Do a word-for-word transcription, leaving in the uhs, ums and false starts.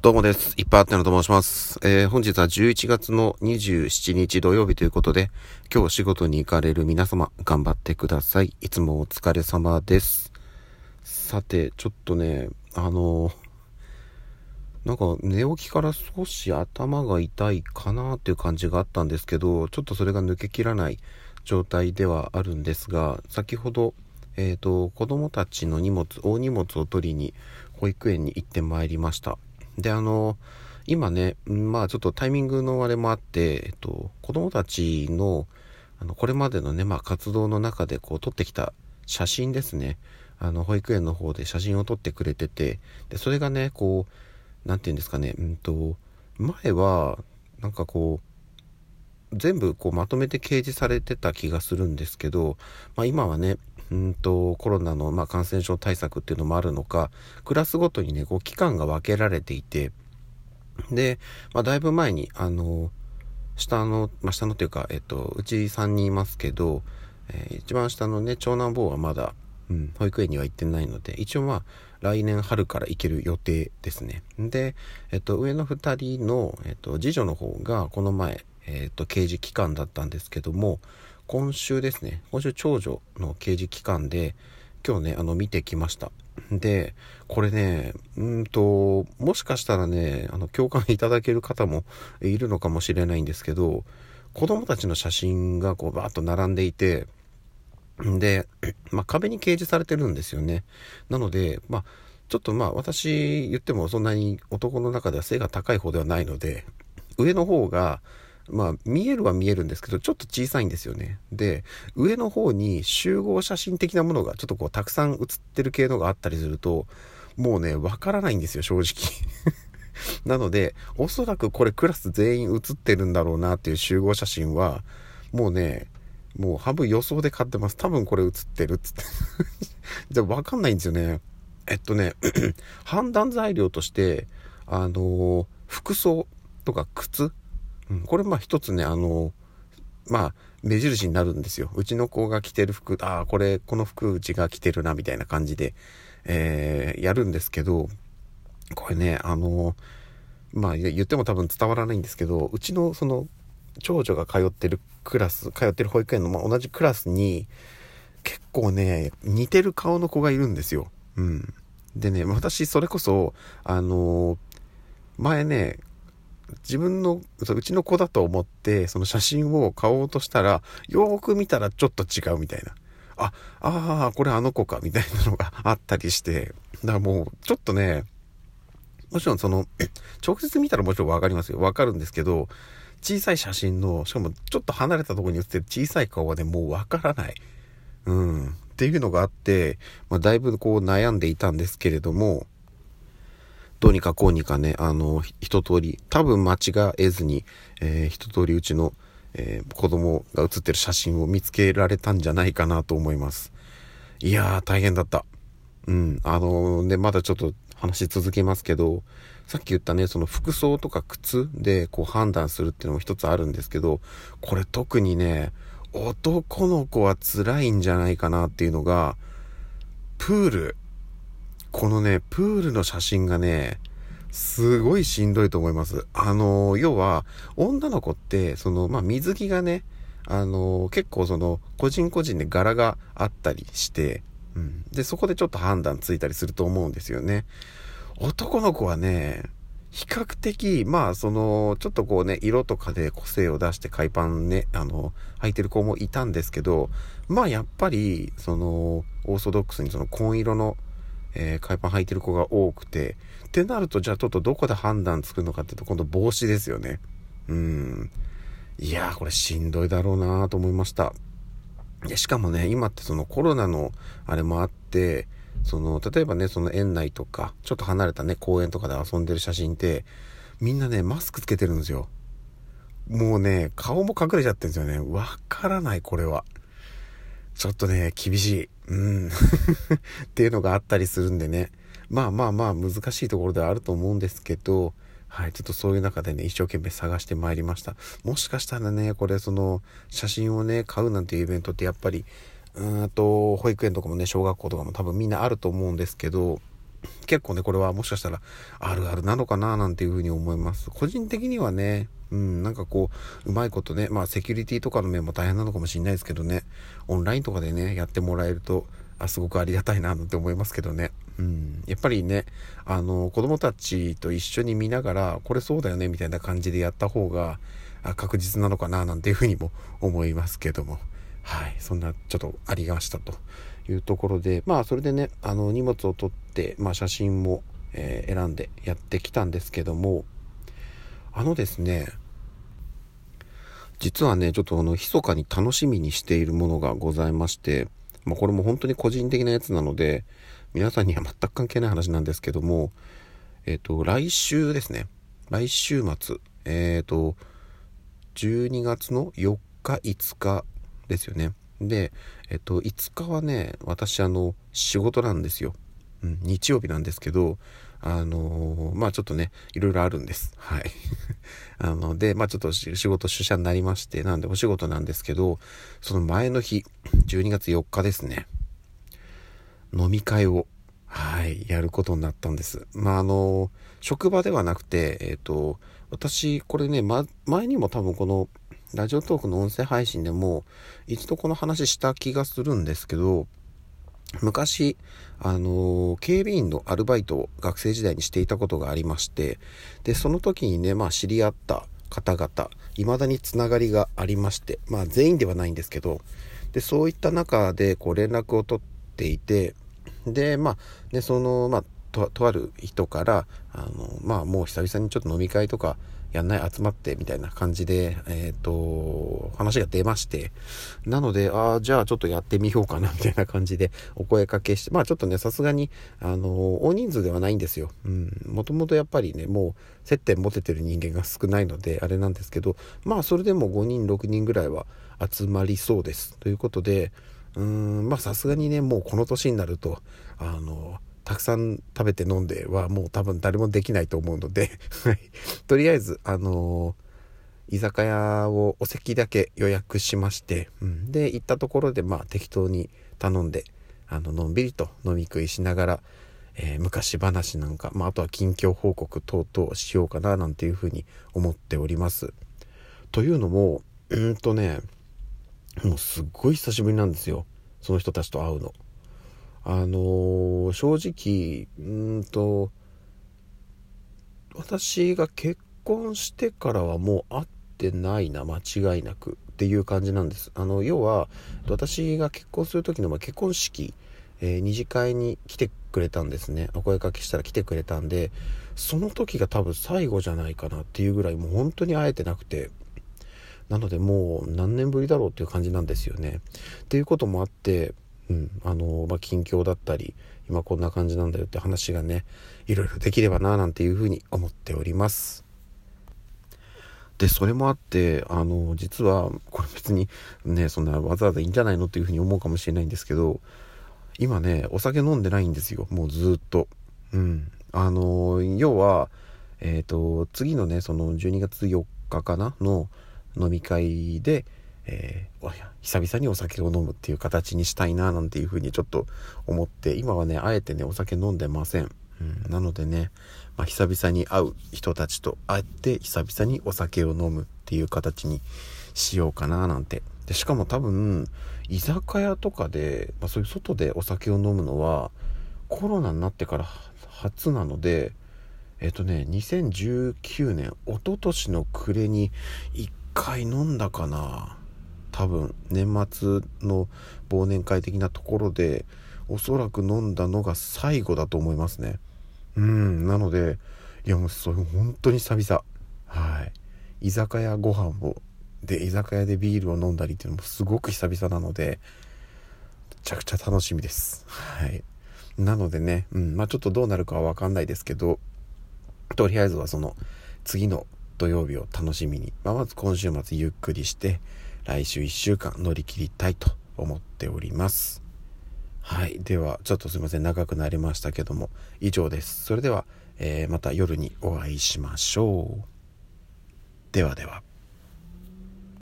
どうもです。いっぱいあってのと申します。えー、本日はじゅういちがつのにじゅうしちにち土曜日ということで、今日仕事に行かれる皆様、頑張ってください。いつもお疲れ様です。さて、ちょっとね、あのー、なんか寝起きから少し頭が痛いかなっていう感じがあったんですけど、ちょっとそれが抜けきらない状態ではあるんですが、先ほど、えーと、子供たちの荷物、大荷物を取りに保育園に行ってまいりました。で、あの、今ね、まあちょっとタイミングのあれもあって、えっと、子供たちの、あの、これまでのね、まあ活動の中でこう撮ってきた写真ですね。あの、保育園の方で写真を撮ってくれてて、で、それがね、こう、なんていうんですかね、うんと、前は、なんかこう、全部こうまとめて掲示されてた気がするんですけど、まあ今はね、うんとコロナのまあ感染症対策っていうのもあるのか、クラスごとにねこう期間が分けられていて、で、まあ、だいぶ前にあの下の、まあ、下のっていうか、えっと、うちさんにんいますけど、えー一番下のね長男坊はまだ、うん、保育園には行ってないので、一応まあ来年春から行ける予定ですね。で、えっと、上のふたりの、えっと、次女の方がこの前、えっと、掲示期間だったんですけども、今週ですね、今週長女の掲示期間で、今日ね、あの、見てきました。で、これね、うんと、もしかしたらね、あの、共感いただける方もいるのかもしれないんですけど、子供たちの写真がこう、バーッと並んでいて、で、まあ、壁に掲示されてるんですよね。なので、まあ、ちょっとまあ、私言ってもそんなに男の中では背が高い方ではないので、上の方が、まあ、見えるは見えるんですけど、ちょっと小さいんですよね。で、上の方に集合写真的なものが、ちょっとこう、たくさん写ってる系のがあったりすると、もうね、わからないんですよ、正直。なので、おそらくこれクラス全員写ってるんだろうなっていう集合写真は、もうね、もう半分予想で買ってます。多分これ写ってるっつって。じゃあわかんないんですよね。えっとね、判断材料として、あのー服装とか靴、うん、これまあ一つね、あのーまあ目印になるんですよ。うちの子が着てる服、ああ、これ、この服うちが着てるな、みたいな感じで、えー、やるんですけど、これね、あのーまあ言っても多分伝わらないんですけど、うちのその長女が通ってるクラス、通ってる保育園の、まあ、同じクラスに結構ね似てる顔の子がいるんですよ。うん。でね、私それこそあのー前ね、自分のうちの子だと思ってその写真を買おうとしたら、よーく見たらちょっと違うみたいな、ああーこれあの子かみたいなのがあったりして、だからもうちょっとね、もちろんその直接見たらもちろんわかりますよ、わかるんですけど、小さい写真の、しかもちょっと離れたところに写ってる小さい顔はね、もうわからない。うん。っていうのがあって、まあ、だいぶこう悩んでいたんですけれども、どうにかこうにかね、あの、一通り、多分間違えずに、えー、一通りうちの、えー、子供が写ってる写真を見つけられたんじゃないかなと思います。いやー、大変だった。うん。あのー、ね、まだちょっと話し続けますけど、さっき言ったね、その服装とか靴でこう判断するっていうのも一つあるんですけど、これ特にね、男の子は辛いんじゃないかなっていうのが、プール。このね、プールの写真がね、すごいしんどいと思います。あのー、要は、女の子って、その、まあ、水着がね、あのー、結構その、個人個人で柄があったりして、うん。で、そこでちょっと判断ついたりすると思うんですよね。男の子はね、比較的、まあ、その、ちょっとこうね、色とかで個性を出して海パンね、あの、履いてる子もいたんですけど、まあ、やっぱり、その、オーソドックスにその紺色の、えー、海パン履いてる子が多くて、ってなると、じゃあちょっとどこで判断つくのかっていうと、今度帽子ですよね。うん。いやー、これしんどいだろうなと思いました。で、しかもね、今ってそのコロナのあれもあって、その、例えばね、その園内とか、ちょっと離れたね、公園とかで遊んでる写真って、みんなね、マスクつけてるんですよ。もうね、顔も隠れちゃってるんですよね。わからない、これは。ちょっとね、厳しい。うん。っていうのがあったりするんでね。まあまあまあ、難しいところではあると思うんですけど、はい、ちょっとそういう中でね、一生懸命探してまいりました。もしかしたらね、これその、写真をね、買うなんていうイベントってやっぱり、うーんと、保育園とかもね、小学校とかも多分みんなあると思うんですけど、 結構ね、これはもしかしたらあるあるなのかななんていうふうに思います。個人的にはね、うん、なんかこう、うまいことね、まあセキュリティとかの面も大変なのかもしれないですけどね、オンラインとかでね、やってもらえると、あ、すごくありがたいななんて思いますけどね。うん、やっぱりね、あの、子供たちと一緒に見ながら、これそうだよね、みたいな感じでやった方が、あ、確実なのかななんていうふうにも思いますけども。はい。そんな、ちょっとありましたというところで、まあ、それでね、あの、荷物を取って、まあ、写真も、えー選んでやってきたんですけども、あのですね、実はね、ちょっとあの、密かに楽しみにしているものがございまして、まあ、これも本当に個人的なやつなので、皆さんには全く関係ない話なんですけども、えっと、来週ですね、来週末、えっと、じゅうにがつのよっか、いつかですよね。で、えっと、いつかはね、私あの、仕事なんですよ。うん、日曜日なんですけど、あのーまあちょっとね、いろいろあるんです。はい。あので、まあちょっと仕事出社になりまして、なんでお仕事なんですけど、その前の日、じゅうにがつよっかですね、飲み会を、はい、やることになったんです。まああの、職場ではなくて、えっと、私、これね、ま、前にも多分この、ラジオトークの音声配信でも、一度この話した気がするんですけど、昔、あのー警備員のアルバイトを学生時代にしていたことがありまして、で、その時にね、まあ知り合った方々、未だにつながりがありまして、まあ全員ではないんですけど、で、そういった中でこう連絡を取っていて、で、まあ、ね、その、まあ、と、とある人から、あの、まあ、もう久々にちょっと飲み会とかやんない集まってみたいな感じで、えっと、話が出まして、なので、ああ、じゃあちょっとやってみようかなみたいな感じでお声かけして、まあちょっとね、さすがに、あの、大人数ではないんですよ。うん。もともとやっぱりね、もう接点持ててる人間が少ないので、あれなんですけど、まあそれでもごにん、ろくにんぐらいは集まりそうです。ということで、うーん、まあさすがにね、もうこの年になると、あの、たくさん食べて飲んではもう多分誰もできないと思うので、とりあえず、あの居酒屋をお席だけ予約しまして、うん、で、行ったところで、まあ適当に頼んで、あの、のんびりと飲み食いしながら、えー昔話なんか、まああとは近況報告等々しようかななんていうふうに思っております。というのも、うーんとね、もうすっごい久しぶりなんですよ。その人たちと会うの。あのー正直、うーんと、私が結婚してからはもう会ってないな、間違いなくっていう感じなんです。あの、要は、私が結婚する時のまあ結婚式、えー二次会に来てくれたんですね。お声かけしたら来てくれたんで、その時が多分最後じゃないかなっていうぐらいもう本当に会えてなくて、なのでもう何年ぶりだろうっていう感じなんですよね。っていうこともあって、うん、あの、まあ、近況だったり、今こんな感じなんだよって話がね、いろいろできればななんていうふうに思っております。で、それもあって、あの、実は、これ別にね、そんなわざわざいいんじゃないのっていうふうに思うかもしれないんですけど、今ね、お酒飲んでないんですよ。もうずっと。うん。あの、要は、えっと、次のね、そのじゅうにがつよっかかなの飲み会で、えー、久々にお酒を飲むっていう形にしたいななんていうふうにちょっと思って、今はね、あえてね、お酒飲んでません。うん、なのでね、まあ、久々に会う人たちと会って久々にお酒を飲むっていう形にしようかななんて。でしかも多分居酒屋とかで、まあ、そういう外でお酒を飲むのはコロナになってから初なので、えっとねにせんじゅうきゅうねん、一昨年の暮れにいっかい飲んだかな。多分年末の忘年会的なところでおそらく飲んだのが最後だと思いますね。うん、なので、いやもうそれ本当に久々。はい。居酒屋ご飯を、で、居酒屋でビールを飲んだりっていうのもすごく久々なので、めちゃくちゃ楽しみです。はい。なのでね、うん、まあちょっとどうなるかはわかんないですけど、とりあえずはその次の土曜日を楽しみに、まあ、まず今週末ゆっくりして、来週いっしゅうかん乗り切りたいと思っております。はい。では、ちょっとすいません。長くなりましたけども、以上です。それでは、えーまた夜にお会いしましょう。ではでは。